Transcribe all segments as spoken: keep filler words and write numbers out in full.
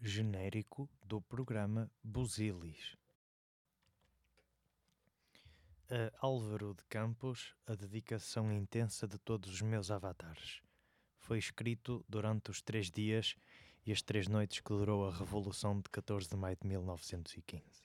genérico do programa Busilis. A Álvaro de Campos, a dedicação intensa de todos os meus avatares. Foi escrito durante os três dias e as três noites que durou a Revolução de catorze de maio de mil novecentos e quinze.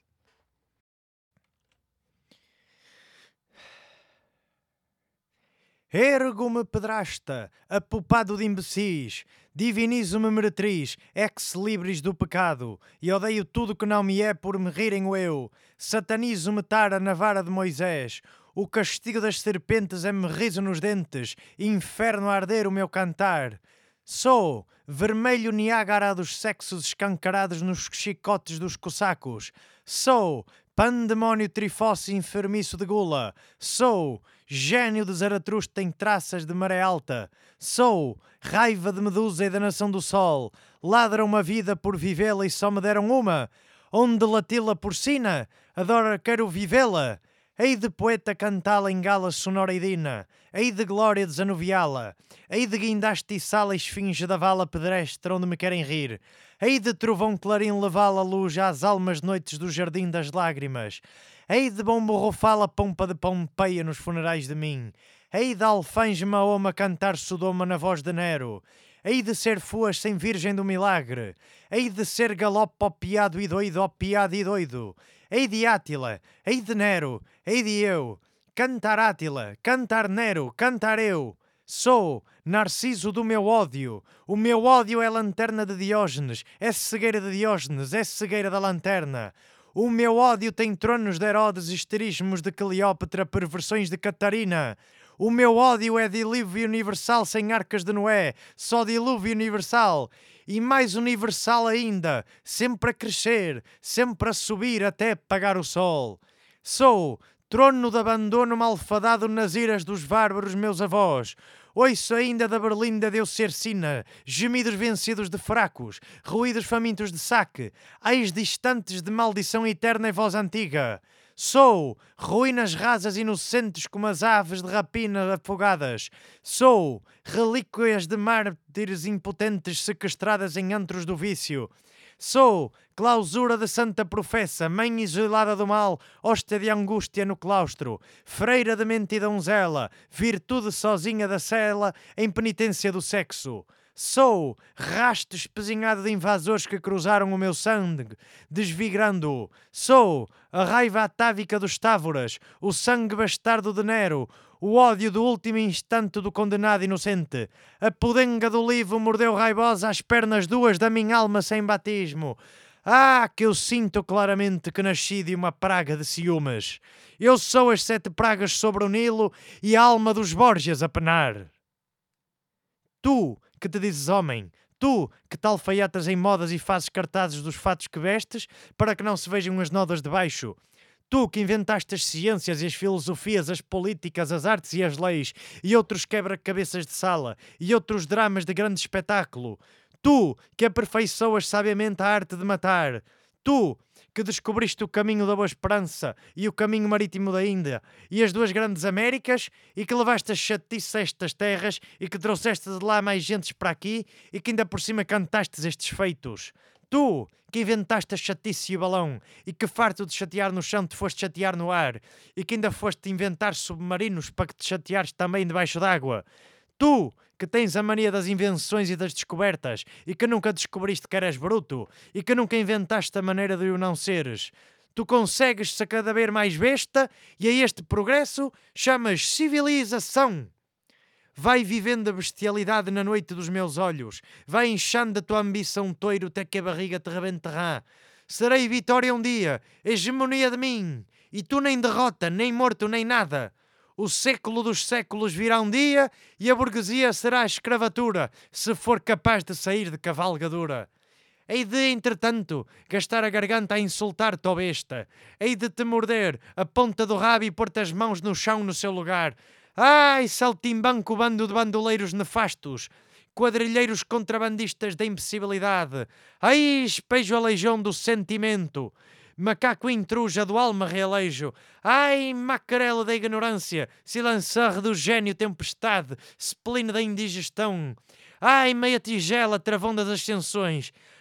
Ergo-me pedrasta, apupado de imbecis, divinizo-me meretriz, ex-libris do pecado, e odeio tudo que não me é por me rirem o eu. Satanizo-me tara na vara de Moisés, o castigo das serpentes é-me riso nos dentes, inferno a arder o meu cantar. Sou vermelho Niágara dos sexos escancarados nos chicotes dos cossacos. Sou pandemónio trifósse enfermiço de gula. Sou gênio de Zaratrusta em traças de maré alta. Sou raiva de Medusa e da nação do sol. Ladram uma vida por vivê-la e só me deram uma. Onde lati-la porcina, adora quero vivê-la. Hei de poeta cantá-la em gala sonora e dina. Hei de glória desanuviá-la. Hei de guindastiçá-la e esfinge da vala pedestre onde me querem rir. Hei de trovão clarim levá-la à luz às almas noites do jardim das lágrimas. Hei de bomborrofá-la pompa de Pompeia nos funerais de mim. Hei de alfange Mahoma cantar Sodoma na voz de Nero. Hei de ser fuas sem virgem do milagre. Hei de ser galope opiado e doido, opiado e doido. Hei de Átila, hei de Nero, hei de eu. Cantar Átila, cantar Nero, cantar eu. Sou Narciso do meu ódio. O meu ódio é lanterna de Diógenes, é cegueira de Diógenes, é cegueira da lanterna. O meu ódio tem tronos de Herodes, histerismos de Cleópatra, perversões de Catarina. O meu ódio é dilúvio universal sem arcas de Noé, só dilúvio universal. E mais universal ainda, sempre a crescer, sempre a subir até apagar o sol. Sou trono de abandono malfadado nas iras dos bárbaros meus avós. Ouço ainda da berlinda de Eucercina, gemidos vencidos de fracos, ruídos famintos de saque, ais distantes de maldição eterna e voz antiga. Sou ruínas rasas inocentes como as aves de rapina afogadas. Sou relíquias de mártires impotentes sequestradas em antros do vício. Sou clausura de santa professa, mãe isolada do mal, hóstia de angústia no claustro, freira de mente e donzela, virtude sozinha da cela, em penitência do sexo. Sou rasto espezinhado de invasores que cruzaram o meu sangue, desvigrando-o. Sou a raiva atávica dos távoras, o sangue bastardo de Nero, o ódio do último instante do condenado inocente. A pudenga do livro mordeu raivosa as pernas duas da minha alma sem batismo. Ah, que eu sinto claramente que nasci de uma praga de ciúmes. Eu sou as sete pragas sobre o Nilo e a alma dos Borgias a penar. Tu, que te dizes homem, tu, que te alfaiatas em modas e fazes cartazes dos fatos que vestes para que não se vejam as nodas de baixo. Tu, que inventaste as ciências e as filosofias, as políticas, as artes e as leis, e outros quebra-cabeças de sala, e outros dramas de grande espetáculo. Tu, que aperfeiçoas sabiamente a arte de matar. Tu, que descobriste o caminho da Boa Esperança e o caminho marítimo da Índia e as duas grandes Américas e que levaste a chatice a estas terras e que trouxeste de lá mais gentes para aqui e que ainda por cima cantastes estes feitos. Tu, que inventaste a chatice e o balão e que farto de chatear no chão te foste chatear no ar e que ainda foste inventar submarinos para que te chateares também debaixo d'água. Tu, que tens a mania das invenções e das descobertas e que nunca descobriste que eras bruto e que nunca inventaste a maneira de o não seres. Tu consegues-se cada vez mais besta e a este progresso chamas civilização. Vai vivendo a bestialidade na noite dos meus olhos. Vai inchando a tua ambição toiro até que a barriga te rebenterá. Serei vitória um dia, hegemonia de mim. E tu nem derrota, nem morto, nem nada. O século dos séculos virá um dia e a burguesia será a escravatura, se for capaz de sair de cavalgadura. Hei de, entretanto, gastar a garganta a insultar-te, ó besta. Hei de te morder a ponta do rabo e pôr-te as mãos no chão no seu lugar. Ai, saltimbanco bando de bandoleiros nefastos, quadrilheiros contrabandistas da impossibilidade. Ai, espejo a legião do sentimento, macaco intruja do alma realejo. Ai, macarela da ignorância, silançar do gênio tempestade, spleen da indigestão. Ai, meia tigela, travão das ascensões.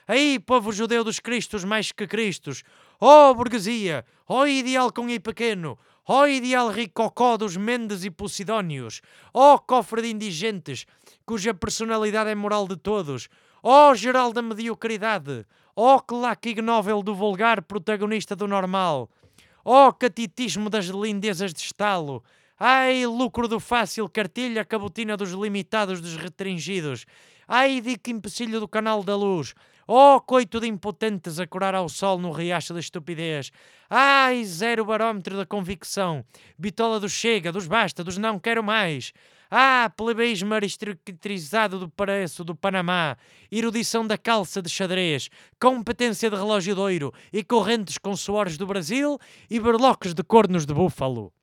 Aí, povo judeu dos cristos mais que cristos! Ó burguesia! Ó ideal com i pequeno! Ó ideal ricocó dos Mendes e Posidónios! Ó cofre de indigentes, cuja personalidade é moral de todos! Ó geral da mediocridade! Ó claque ignóvel do vulgar protagonista do normal! Ó catitismo das lindezas de estalo! Ai, lucro do fácil, cartilha cabotina dos limitados dos restringidos! Ai, dique empecilho do canal da luz! Oh, coito de impotentes a corar ao sol no riacho da estupidez! Ai, zero barómetro da convicção! Bitola do chega, dos basta, dos não quero mais! Ah, plebeísmo aristocratizado do paraíso do Panamá, erudição da calça de xadrez, competência de relógio de ouro e correntes com suores do Brasil e berloques de cornos de búfalo.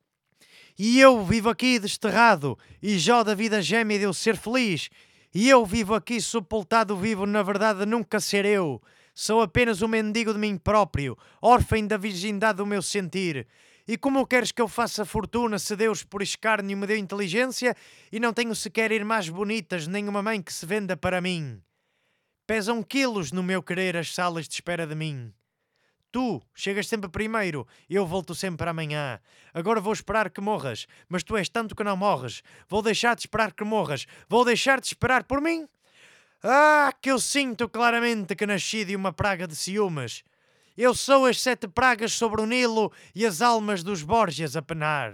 E eu vivo aqui desterrado, e já da vida gêmea de eu ser feliz. E eu vivo aqui sepultado vivo, na verdade nunca ser eu. Sou apenas um mendigo de mim próprio, órfão da virgindade do meu sentir. E como queres que eu faça fortuna se Deus por escárnio me deu inteligência e não tenho sequer irmãs bonitas nem uma mãe que se venda para mim? Pesam quilos no meu querer as salas de espera de mim. Tu chegas sempre primeiro, eu volto sempre amanhã. Agora vou esperar que morras, mas tu és tanto que não morres. Vou deixar de esperar que morras. Vou deixar de esperar por mim? Ah, que eu sinto claramente que nasci de uma praga de ciúmes. Eu sou as sete pragas sobre o Nilo e as almas dos Borgias a penar.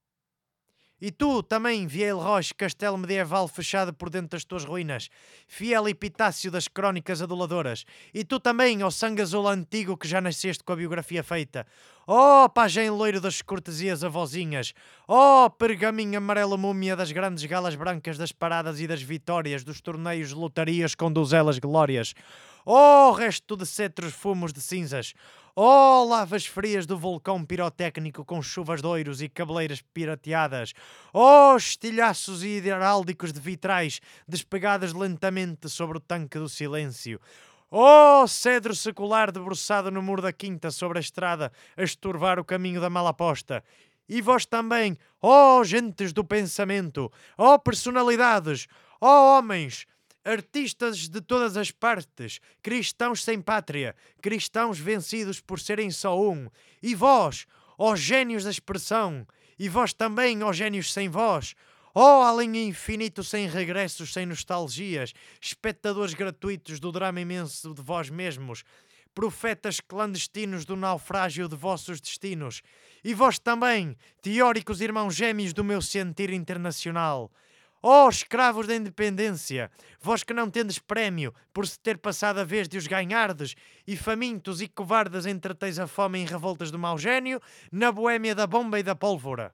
E tu também, Viel Roche, castelo medieval fechado por dentro das tuas ruínas, fiel epitácio das crónicas aduladoras. E tu também, ó sangue azul antigo que já nasceste com a biografia feita. Ó pajem loiro das cortesias avózinhas. Ó pergaminho amarelo múmia das grandes galas brancas das paradas e das vitórias, dos torneios de lotarias com donzelas glórias. Ó resto de cetros fumos de cinzas. Oh, lavas frias do vulcão pirotécnico com chuvas de oiros e cabeleiras pirateadas! Oh, estilhaços e heráldicos de vitrais despegados lentamente sobre o tanque do silêncio! Oh, cedro secular debruçado no muro da quinta sobre a estrada a estorvar o caminho da malaposta! E vós também, oh, gentes do pensamento! Oh, personalidades! Oh, homens! Artistas de todas as partes, cristãos sem pátria, cristãos vencidos por serem só um. E vós, ó génios da expressão, e vós também, ó génios sem voz, ó além infinito sem regressos, sem nostalgias, espectadores gratuitos do drama imenso de vós mesmos, profetas clandestinos do naufrágio de vossos destinos. E vós também, teóricos irmãos gêmeos do meu sentir internacional. Ó oh, escravos da independência, vós que não tendes prémio por se ter passado a vez de os ganhardes, e famintos e covardes entreteis a fome em revoltas do mau gênio, na boémia da bomba e da pólvora.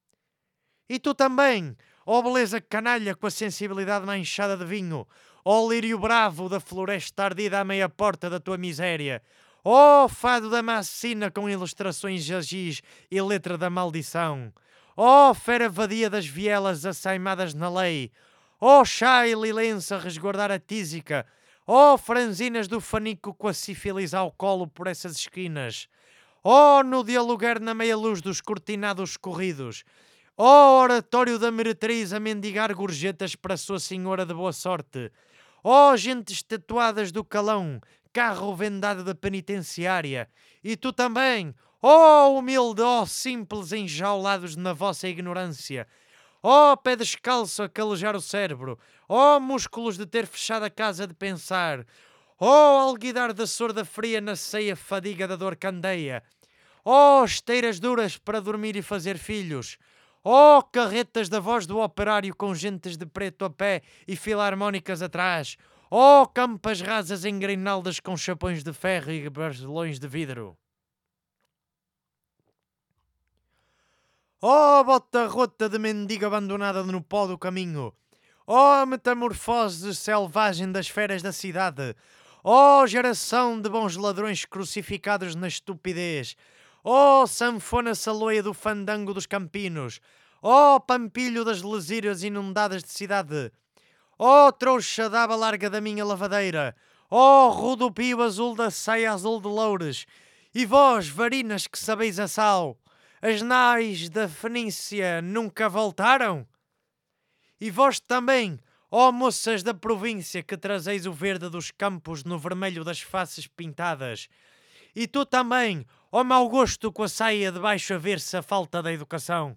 E tu também, ó oh, beleza canalha com a sensibilidade manchada de vinho, ó oh, lírio bravo da floresta ardida à meia porta da tua miséria, ó oh, fado da macina com ilustrações de giz e letra da maldição, ó oh, fera vadia das vielas assaimadas na lei! Ó oh, chá e lilença a resguardar a tísica! Ó oh, franzinas do fanico com a sífilis ao colo por essas esquinas! Ó oh, no dialogar na meia-luz dos cortinados corridos! Ó oh, oratório da meretriz a mendigar gorjetas para a sua senhora de boa sorte! Ó oh, gentes tatuadas do calão, carro vendado da penitenciária! E tu também! Oh, humilde, oh, simples enjaulados na vossa ignorância! Oh, pé descalço a calejar o cérebro! Oh, músculos de ter fechado a casa de pensar! Oh, alguidar da sorda fria na ceia fadiga da dor candeia! Oh, esteiras duras para dormir e fazer filhos! Oh, carretas da voz do operário com gentes de preto a pé e filarmónicas atrás! Oh, campas rasas em grinaldas com chapões de ferro e barcelões de vidro! Oh, bota rota de mendiga abandonada no pó do caminho! Oh, metamorfose selvagem das feras da cidade! Oh, geração de bons ladrões crucificados na estupidez! Oh, sanfona saloia do fandango dos campinos! Oh, pampilho das lesírias inundadas de cidade! Oh, trouxa da aba larga da minha lavadeira! Oh, rodopio azul da saia azul de loures! E vós, varinas que sabeis a sal! As nais da Fenícia nunca voltaram? E vós também, Ó moças da província que trazeis o verde dos campos no vermelho das faces pintadas. E tu também, ó mau gosto com a saia de baixo a ver-se a falta da educação.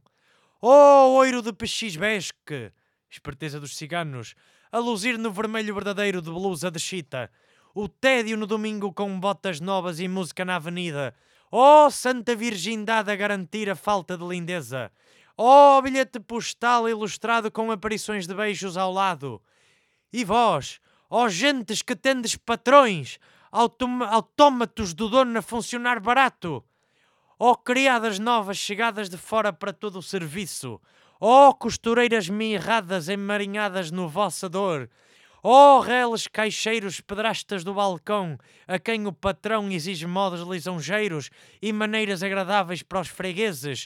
Ó oiro de pechisbesque, esperteza dos ciganos, a luzir no vermelho verdadeiro de blusa de chita. O tédio no domingo com botas novas e música na avenida. Ó santa virgindade a garantir a falta de lindeza. Ó bilhete postal ilustrado com aparições de beijos ao lado. E vós, ó gentes que tendes patrões, autom autómatos do dono a funcionar barato. Ó criadas novas chegadas de fora para todo o serviço. Ó costureiras mirradas emarinhadas no vossa dor. Ó reles caixeiros pedrastas do balcão, a quem o patrão exige modos lisonjeiros e maneiras agradáveis para os fregueses.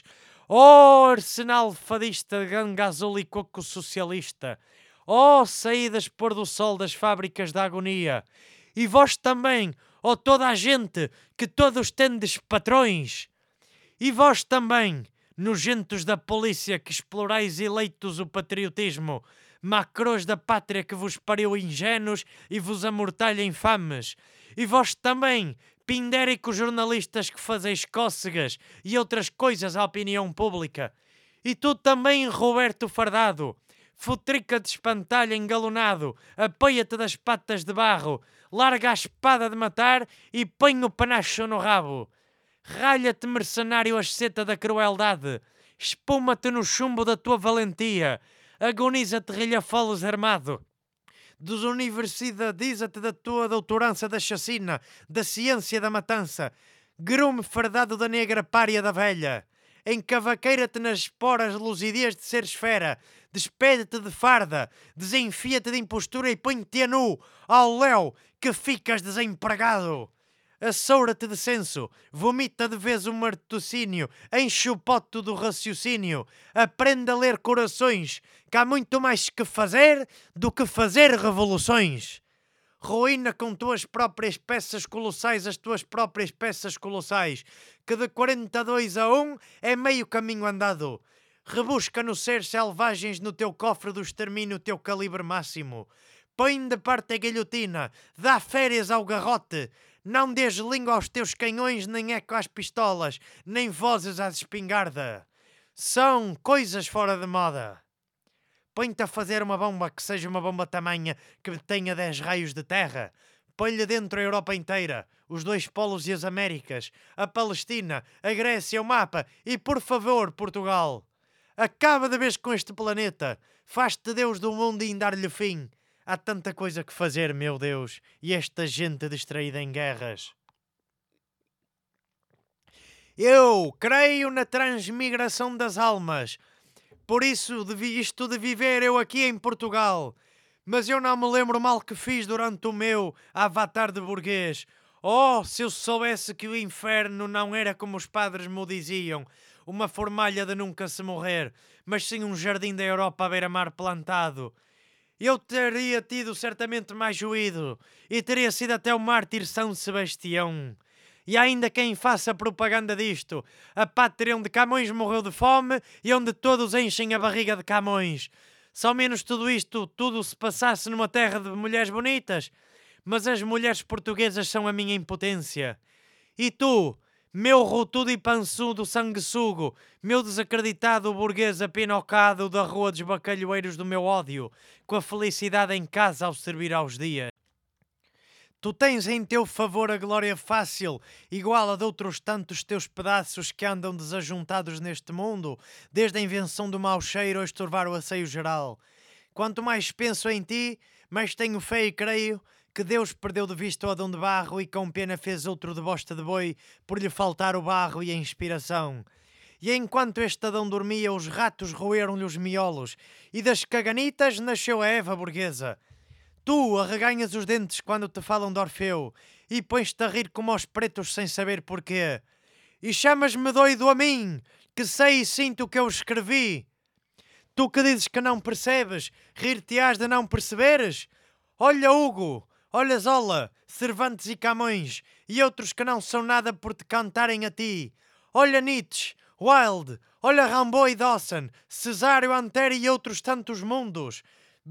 Ó arsenal fadista de ganga azul e coco socialista. Ó saídas pôr do sol das fábricas da agonia. E vós também, ó toda a gente, que todos tendes patrões. E vós também, nojentos da polícia que explorais eleitos o patriotismo, macros da pátria que vos pariu ingênuos e vos amortalha infames. E vós também, pindéricos jornalistas que fazeis cócegas e outras coisas à opinião pública. E tu também, Roberto Fardado, futrica de espantalho engalonado, apoia-te das patas de barro, larga a espada de matar e põe o panacho no rabo. Ralha-te, mercenário asceta da crueldade, espuma-te no chumbo da tua valentia, agoniza-te rilhafolos armado. Desuniversidadiza-te da tua doutorança da chacina, da ciência da matança, grume fardado da negra pária da velha. Encavaqueira-te nas esporas luzidias de ser esfera, despede-te de farda, desenfia-te de impostura e põe-te a nu, ao léu, que ficas desempregado. Assoura-te de senso, vomita de vez o martocínio, enche o pote do raciocínio, aprende a ler corações, que há muito mais que fazer do que fazer revoluções. Ruína com tuas próprias peças colossais as tuas próprias peças colossais, que de quarenta e dois a um é meio caminho andado. Rebusca nos seres selvagens no teu cofre do extermínio o teu calibre máximo. Põe de parte a guilhotina, dá férias ao garrote. Não dês língua aos teus canhões, nem eco às pistolas, nem vozes à espingarda. São coisas fora de moda. Põe-te a fazer uma bomba que seja uma bomba tamanha que tenha dez raios de terra. Põe-lhe dentro a Europa inteira, os dois polos e as Américas, a Palestina, a Grécia, o mapa e, por favor, Portugal. Acaba de vez com este planeta. Faz-te Deus do mundo e dar-lhe fim. Há tanta coisa que fazer, meu Deus, e esta gente distraída em guerras. Eu creio na transmigração das almas. Por isso, isto de viver eu aqui em Portugal. Mas eu não me lembro mal que fiz durante o meu avatar de burguês. Oh, se eu soubesse que o inferno não era como os padres me diziam, uma formalha de nunca se morrer, mas sim um jardim da Europa à beira-mar plantado. Eu teria tido certamente mais juízo e teria sido até o mártir São Sebastião. E ainda quem faça propaganda disto, a pátria onde Camões morreu de fome e onde todos enchem a barriga de Camões. Só menos tudo isto, tudo se passasse numa terra de mulheres bonitas, mas as mulheres portuguesas são a minha impotência. E tu, meu rotudo e pançudo sanguessugo, meu desacreditado burguês apinocado da rua dos bacalhoeiros do meu ódio, com a felicidade em casa ao servir aos dias. Tu tens em teu favor a glória fácil, igual a de outros tantos teus pedaços que andam desajuntados neste mundo, desde a invenção do mau cheiro a estorvar o asseio geral. Quanto mais penso em ti, mais tenho fé e creio que Deus perdeu de vista o Adão de barro e com pena fez outro de bosta de boi por lhe faltar o barro e a inspiração. E enquanto este Adão dormia, os ratos roeram-lhe os miolos, e das caganitas nasceu a Eva burguesa. Tu arreganhas os dentes quando te falam de Orfeu, e pões-te a rir como aos pretos sem saber porquê. E chamas-me doido a mim, que sei e sinto o que eu escrevi. Tu que dizes que não percebes, rir-te-ás de não perceberes? Olha Hugo, olha Zola, Cervantes e Camões, e outros que não são nada por te cantarem a ti. Olha Nietzsche, Wilde, olha Rimbaud e Dawson, Cesário, Antero e outros tantos mundos. Bet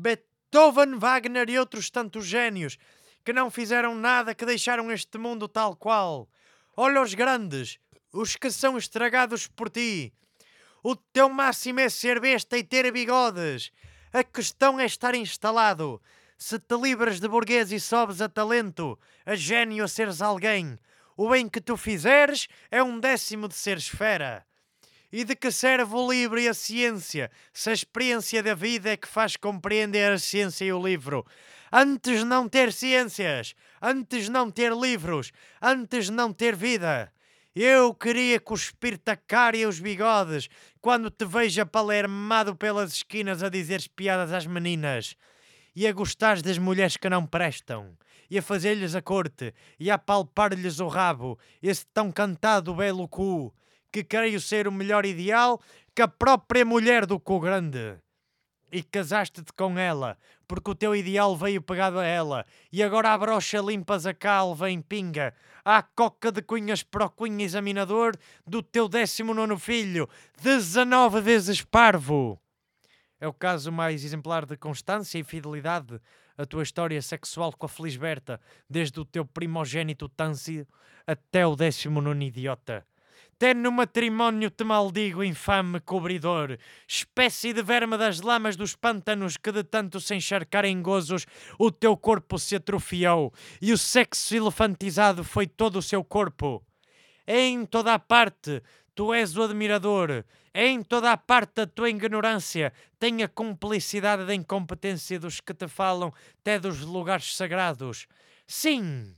Beethoven, Wagner e outros tantos génios que não fizeram nada, que deixaram este mundo tal qual. Olha os grandes, os que são estragados por ti. O teu máximo é ser besta e ter bigodes. A questão é estar instalado. Se te livras de burguês e sobes a talento, a gênio a seres alguém, o bem que tu fizeres é um décimo de seres fera. E de que serve o livro e a ciência, se a experiência da vida é que faz compreender a ciência e o livro? Antes não ter ciências, antes não ter livros, antes não ter vida. Eu queria cuspir-te a cara e os bigodes quando te vejo palermado pelas esquinas a dizeres piadas às meninas e a gostares das mulheres que não prestam e a fazer-lhes a corte e a palpar-lhes o rabo, esse tão cantado belo cu, que creio ser o melhor ideal que a própria mulher do cu grande. E casaste-te com ela, porque o teu ideal veio pegado a ela, e agora a brocha limpas a calva em pinga, à coca de cunhas para o cunha examinador do teu décimo nono filho, dezenove vezes parvo. É o caso mais exemplar de constância e fidelidade, a tua história sexual com a Felisberta, desde o teu primogênito Tâncio até o décimo nono idiota. Até no matrimónio te maldigo, infame cobridor, espécie de verme das lamas dos pântanos que de tanto se encharcar em gozos o teu corpo se atrofiou e o sexo elefantizado foi todo o seu corpo. Em toda a parte tu és o admirador, em toda a parte a tua ignorância tem a cumplicidade da incompetência dos que te falam até dos lugares sagrados. Sim!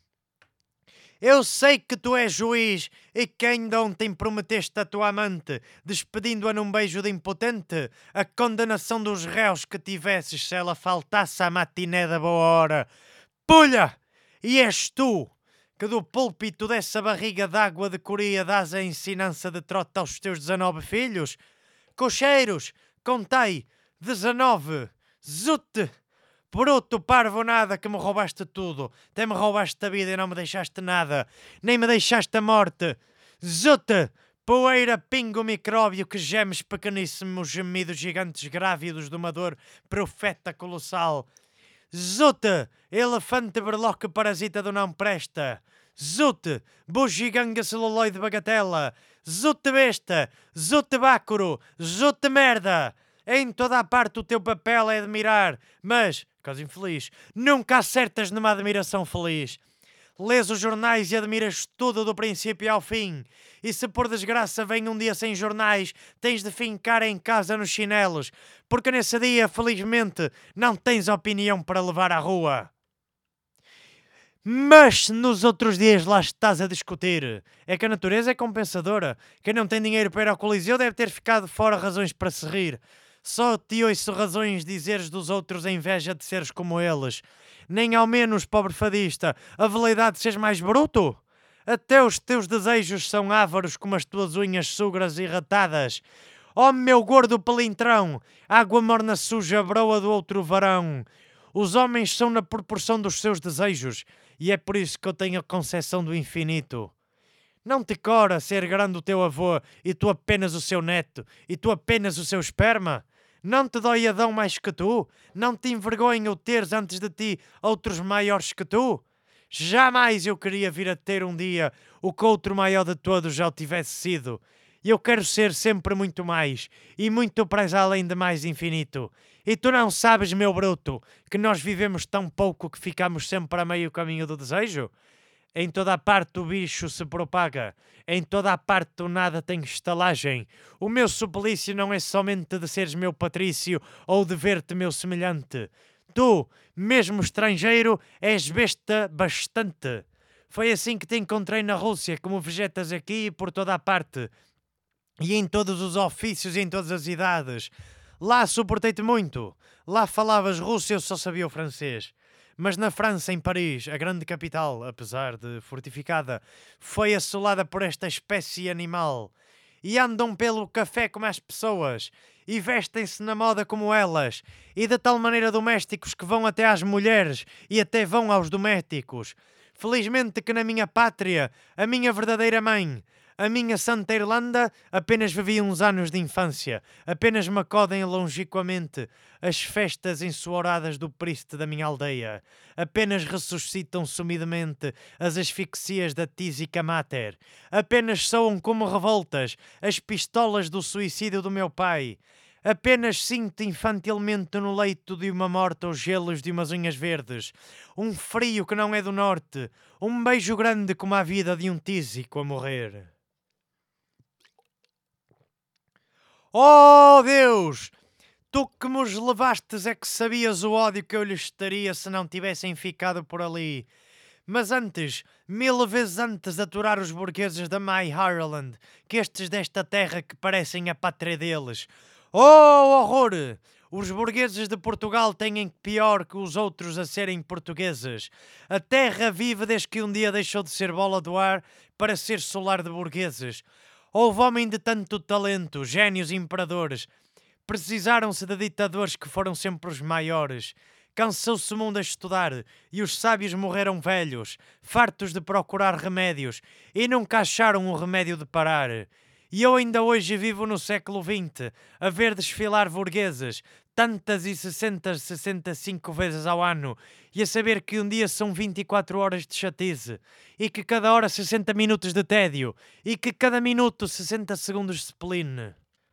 Eu sei que tu és juiz e que ainda ontem prometeste à tua amante, despedindo-a num beijo de impotente, a condenação dos réus que tivesses se ela faltasse à matiné da boa hora. Pulha! E és tu que do púlpito dessa barriga d'água de Coria dás a ensinança de trote aos teus dezenove filhos? Cocheiros, contei, dezenove, zute! Bruto, parvo, nada, que me roubaste tudo. Até me roubaste a vida e não me deixaste nada. Nem me deixaste a morte. Zute! Poeira, pingo, micróbio, que gemes pequeníssimos gemidos gigantes grávidos de uma dor profeta colossal. Zute! Elefante berloque parasita do não presta. Zute! Bugiganga celuloide bagatela. Zute besta! Zute bácoro! Zute merda! Em toda a parte o teu papel é admirar, mas, caso infeliz, nunca acertas numa admiração feliz. Lês os jornais e admiras tudo do princípio ao fim. E se por desgraça vem um dia sem jornais, tens de fincar em casa nos chinelos, porque nesse dia, felizmente, não tens opinião para levar à rua. Mas se nos outros dias lá estás a discutir, é que a natureza é compensadora. Quem não tem dinheiro para ir ao Coliseu deve ter ficado fora razões para se rir. Só te ouço razões dizeres dos outros a inveja de seres como eles. Nem ao menos, pobre fadista, a veleidade de seres mais bruto? Até os teus desejos são ávaros como as tuas unhas sugras e ratadas. Oh meu gordo pelintrão, água morna suja broa do outro varão. Os homens são na proporção dos seus desejos, e é por isso que eu tenho a concepção do infinito. Não te cora ser grande o teu avô e tu apenas o seu neto, e tu apenas o seu esperma? Não te dói Adão mais que tu? Não te envergonha o teres antes de ti outros maiores que tu? Jamais eu queria vir a ter um dia o que outro maior de todos já o tivesse sido. E eu quero ser sempre muito mais, e muito para além de mais infinito. E tu não sabes, meu bruto, que nós vivemos tão pouco que ficamos sempre a meio caminho do desejo? Em toda a parte o bicho se propaga, em toda a parte o nada tem estalagem. O meu suplício não é somente de seres meu patrício ou de ver-te meu semelhante. Tu, mesmo estrangeiro, és besta bastante. Foi assim que te encontrei na Rússia, como vegetas aqui e por toda a parte. E em todos os ofícios e em todas as idades. Lá suportei-te muito. Lá falavas russo e eu só sabia o francês. Mas na França, em Paris, a grande capital, apesar de fortificada, foi assolada por esta espécie animal. E andam pelo café como as pessoas, e vestem-se na moda como elas, e de tal maneira domésticos que vão até às mulheres e até vão aos domésticos. Felizmente que na minha pátria, a minha verdadeira mãe, A minha Santa Irlanda apenas vivia uns anos de infância, apenas me acodem longínquamente as festas ensoaradas do príncipe da minha aldeia, apenas ressuscitam sumidamente as asfixias da tísica mater, apenas soam como revoltas as pistolas do suicídio do meu pai. Apenas sinto infantilmente no leito de uma morte os gelos de umas unhas verdes, um frio que não é do norte, um beijo grande como a vida de um tísico a morrer. Oh Deus! Tu que me os levastes é que sabias o ódio que eu lhes estaria se não tivessem ficado por ali. Mas antes, mil vezes antes de aturar os burgueses da My Ireland, que estes desta terra que parecem a pátria deles. Oh, horror! Os burgueses de Portugal têm pior que os outros a serem portugueses. A terra vive desde que um dia deixou de ser bola do ar para ser solar de burgueses. Houve homem de tanto talento, génios e imperadores. Precisaram-se de ditadores que foram sempre os maiores. Cansou-se o mundo a estudar e os sábios morreram velhos, fartos de procurar remédios e nunca acharam o remédio de parar. E eu ainda hoje vivo no século vinte, a ver desfilar burgueses, tantas e sessenta, sessenta e cinco vezes ao ano, e a saber que um dia são vinte e quatro horas de chatice, e que cada hora sessenta minutos de tédio, e que cada minuto sessenta segundos de spleen.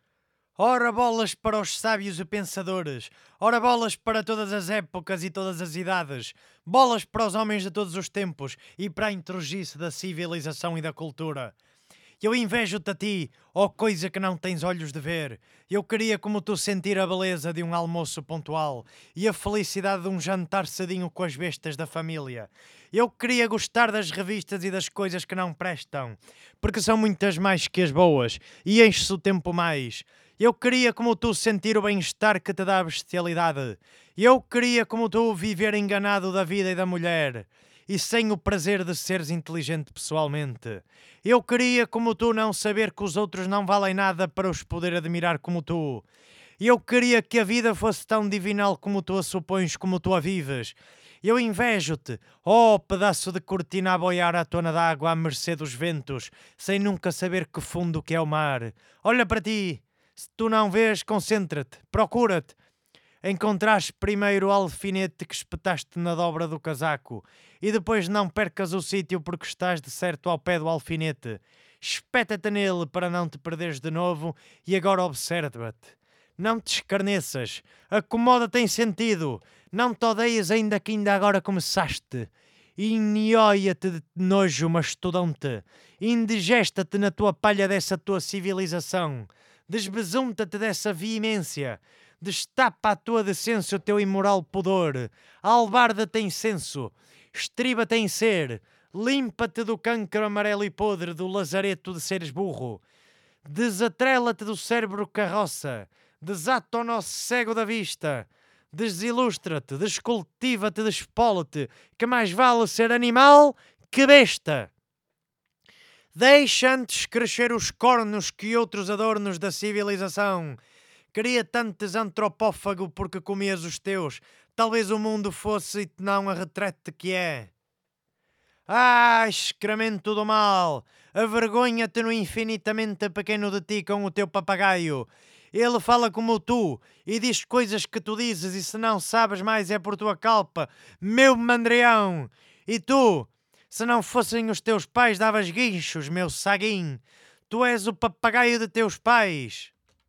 Ora bolas para os sábios e pensadores, ora bolas para todas as épocas e todas as idades, bolas para os homens de todos os tempos e para a intrugice da civilização e da cultura. Eu invejo-te a ti, ó coisa que não tens olhos de ver. Eu queria como tu sentir a beleza de um almoço pontual e a felicidade de um jantar cedinho com as bestas da família. Eu queria gostar das revistas e das coisas que não prestam, porque são muitas mais que as boas e enche-se o tempo mais. Eu queria como tu sentir o bem-estar que te dá a bestialidade. Eu queria como tu viver enganado da vida e da mulher e sem o prazer de seres inteligente pessoalmente. Eu queria, como tu, não saber que os outros não valem nada para os poder admirar como tu. Eu queria que a vida fosse tão divinal como tu a supões, como tu a vives. Eu invejo-te, oh pedaço de cortina a boiar à tona d'água à mercê dos ventos, sem nunca saber que fundo que é o mar. Olha para ti, se tu não vês, concentra-te, procura-te. Encontraste primeiro o alfinete que espetaste na dobra do casaco e depois não percas o sítio porque estás de certo ao pé do alfinete. Espeta-te nele para não te perderes de novo e agora observa-te. Não te escarneças, acomoda-te em sentido, não te odeias ainda que ainda agora começaste. Inioia-te de nojo, mastodonte, indigesta-te na tua palha dessa tua civilização, desbesunta-te dessa veemência. Destapa a tua decência, o teu imoral pudor, albarda-te em senso, estriba-te em ser, limpa-te do cancro amarelo e podre do lazareto de seres burro, desatrela-te do cérebro carroça, desata o nosso cego da vista, desilustra-te, descultiva-te, despola-te, que mais vale ser animal que besta. Deixa antes crescer os cornos que outros adornos da civilização. Queria tantos antropófago porque comias os teus. Talvez o mundo fosse não a retrete que é. Ah, excremento do mal! Avergonha-te no infinitamente pequeno de ti com o teu papagaio. Ele fala como tu e diz coisas que tu dizes e se não sabes mais é por tua culpa, meu mandrião. E tu, se não fossem os teus pais davas guinchos, meu saguim. Tu és o papagaio de teus pais.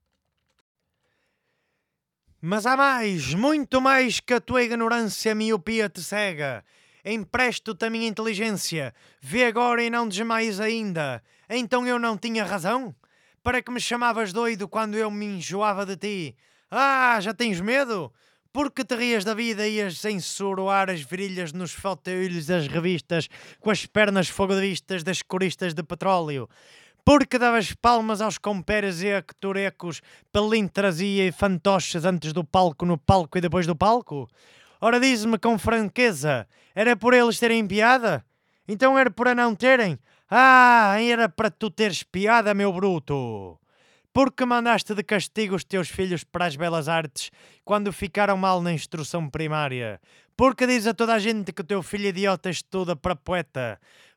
Mas há mais, muito mais que a tua ignorância miopia te cega. Empresto-te a minha inteligência. Vê agora e não desmaies ainda. Então eu não tinha razão? Para que me chamavas doido quando eu me enjoava de ti? Ah, já tens medo? Porque te rias da vida e ias censurar as virilhas nos fotoilhos das revistas com as pernas fogovistas das coristas de petróleo? Porque davas palmas aos comperes e actorecos, pelintras e fantoches antes do palco, no palco e depois do palco? Ora, diz-me com franqueza, era por eles terem piada? Então era por a não terem? Ah, era para tu teres piada, meu bruto! Porque mandaste de castigo os teus filhos para as belas artes quando ficaram mal na instrução primária? Porque diz a toda a gente que o teu filho idiota estuda para poeta?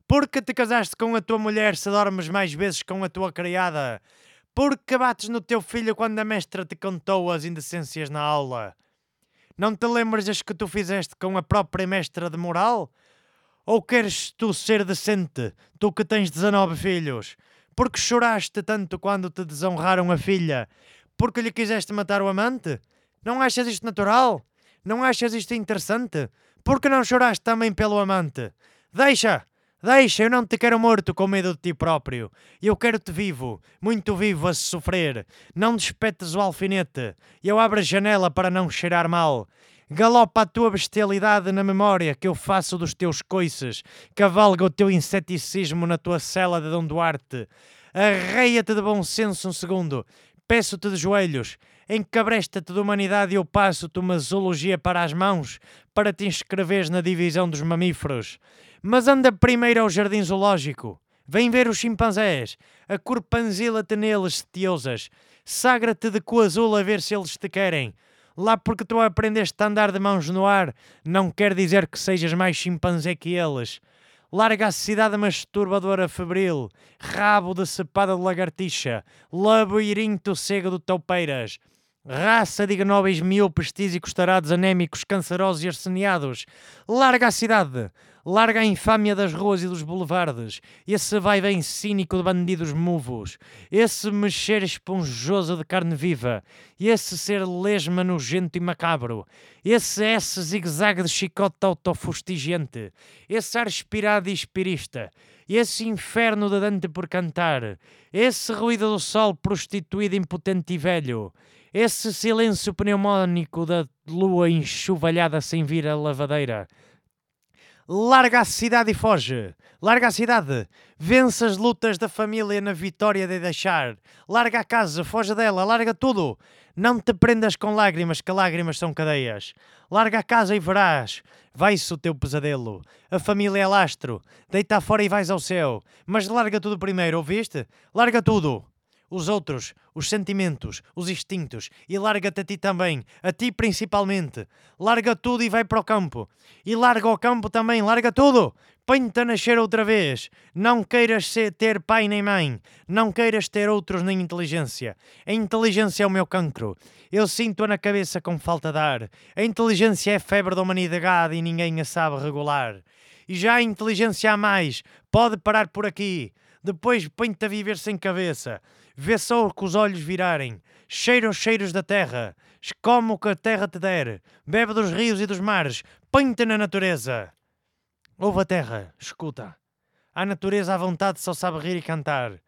Porque te casaste com a tua mulher se dormes mais vezes com a tua criada? Porque bates no teu filho quando a mestra te contou as indecências na aula? Não te lembras das que tu fizeste com a própria mestra de moral? Ou queres tu ser decente, tu que tens dezanove filhos? Porque choraste tanto quando te desonraram a filha? Porque lhe quiseste matar o amante? Não achas isto natural? Não achas isto interessante? Porque não choraste também pelo amante? Deixa! Deixa, eu não te quero morto com medo de ti próprio. Eu quero-te vivo, muito vivo a sofrer. Não despetes o alfinete. Eu abro a janela para não cheirar mal. Galopa a tua bestialidade na memória que eu faço dos teus coices. Cavalga o teu inseticismo na tua cela de Dom Duarte. Arreia-te de bom senso um segundo. Peço-te de joelhos. Encabresta-te de humanidade e eu passo-te uma zoologia para as mãos para te inscreveres na divisão dos mamíferos. Mas anda primeiro ao jardim zoológico. Vem ver os chimpanzés. Acorpanzila-te neles se te ousas. Sagra-te de cu azul a ver se eles te querem. Lá porque tu aprendeste a andar de mãos no ar, não quer dizer que sejas mais chimpanzé que eles. Larga a cidade masturbadora febril, rabo de cepada de lagartixa, labirinto cego de toupeiras. Raça de ignóbeis miopes, tísicos, tarados, anémicos, cancerosos e arseniados. Larga a cidade. Larga a infâmia das ruas e dos boulevardes. Esse vai-vem cínico de bandidos movos. Esse mexer esponjoso de carne viva. Esse ser lesma nojento e macabro. Esse S zigue-zague de chicote autofustigiante. Esse ar expirado e espirista. Esse inferno de Dante por cantar. Esse ruído do sol prostituído, impotente e velho. Esse silêncio pneumónico da lua enxovalhada sem vir a lavadeira. Larga a cidade e foge. Larga a cidade. Vence as lutas da família na vitória de deixar. Larga a casa, foge dela, larga tudo. Não te prendas com lágrimas, que lágrimas são cadeias. Larga a casa e verás. Vai-se o teu pesadelo. A família é lastro. Deita fora e vais ao céu. Mas larga tudo primeiro, ouviste? Larga tudo. Os outros, os sentimentos, os instintos, e larga-te a ti também, a ti principalmente. Larga tudo e vai para o campo. E larga o campo também, larga tudo. Põe-te a nascer outra vez. Não queiras ser, ter pai nem mãe. Não queiras ter outros nem inteligência. A inteligência é o meu cancro. Eu sinto-a na cabeça com falta de ar. A inteligência é febre da humanidade e ninguém a sabe regular. E já a inteligência há mais. Pode parar por aqui. Depois põe-te a viver sem cabeça. Vê só o que os olhos virarem. Cheira os cheiros da terra. Come o que a terra te der. Bebe dos rios e dos mares. Põe-te na natureza. Ouve a terra. Escuta. A natureza à vontade só sabe rir e cantar.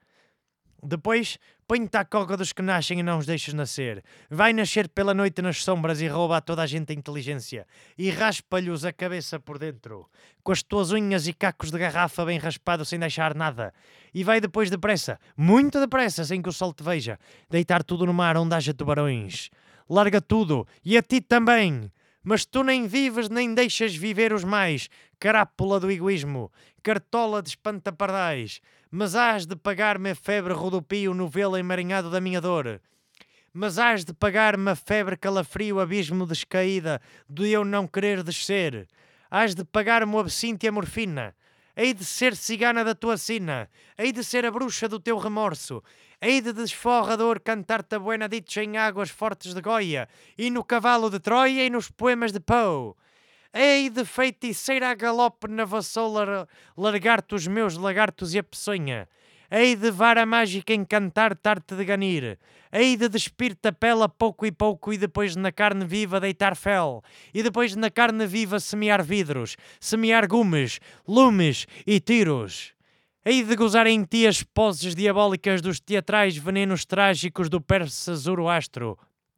Depois, põe-te à coca dos que nascem e não os deixes nascer. Vai nascer pela noite nas sombras e rouba a toda a gente a inteligência. E raspa-lhes a cabeça por dentro. Com as tuas unhas e cacos de garrafa bem raspado sem deixar nada. E vai depois depressa, muito depressa, sem que o sol te veja, deitar tudo no mar onde haja tubarões. Larga tudo, e a ti também. Mas tu nem vives nem deixas viver os mais. Carápula do egoísmo, cartola de espantapardais. Mas hás de pagar-me a febre rodopio no velo emaranhado da minha dor. Mas hás de pagar-me a febre calafrio, abismo descaída, de eu não querer descer. Hás de pagar-me o absinto e a morfina. Hei de ser cigana da tua sina. Hei de ser a bruxa do teu remorso. Hei de desforrador cantar-te a buena dicha em águas fortes de Goia, e no cavalo de Troia e nos poemas de Poe. Hei de feiticeira a galope na vassoula largar-te os meus lagartos e a peçonha. Hei de vara mágica encantar tarte de ganir. Hei de despir-te a pele a pouco e pouco e depois na carne viva deitar fel. E depois na carne viva semear vidros, semear gumes, lumes e tiros. Hei de gozar em ti as poses diabólicas dos teatrais venenos trágicos do persa Zoroastro.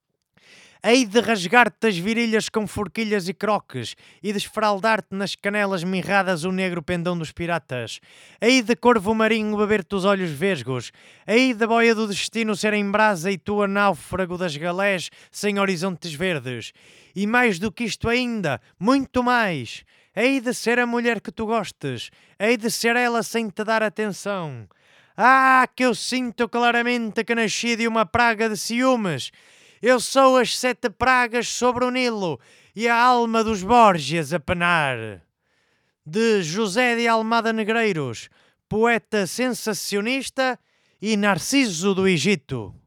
Hei de rasgar-te as virilhas com forquilhas e croques e desfraldar-te nas canelas mirradas o negro pendão dos piratas. Hei de corvo marinho beber-te os olhos vesgos. Hei de boia do destino ser em brasa e tu a náufrago das galés sem horizontes verdes. E mais do que isto ainda, muito mais. Hei de ser a mulher que tu gostes. Hei de ser ela sem te dar atenção. Ah, que eu sinto claramente que nasci de uma praga de ciúmes. Eu sou as sete pragas sobre o Nilo e a alma dos Borgias a penar. de José de Almada Negreiros, poeta sensacionista e Narciso do Egito.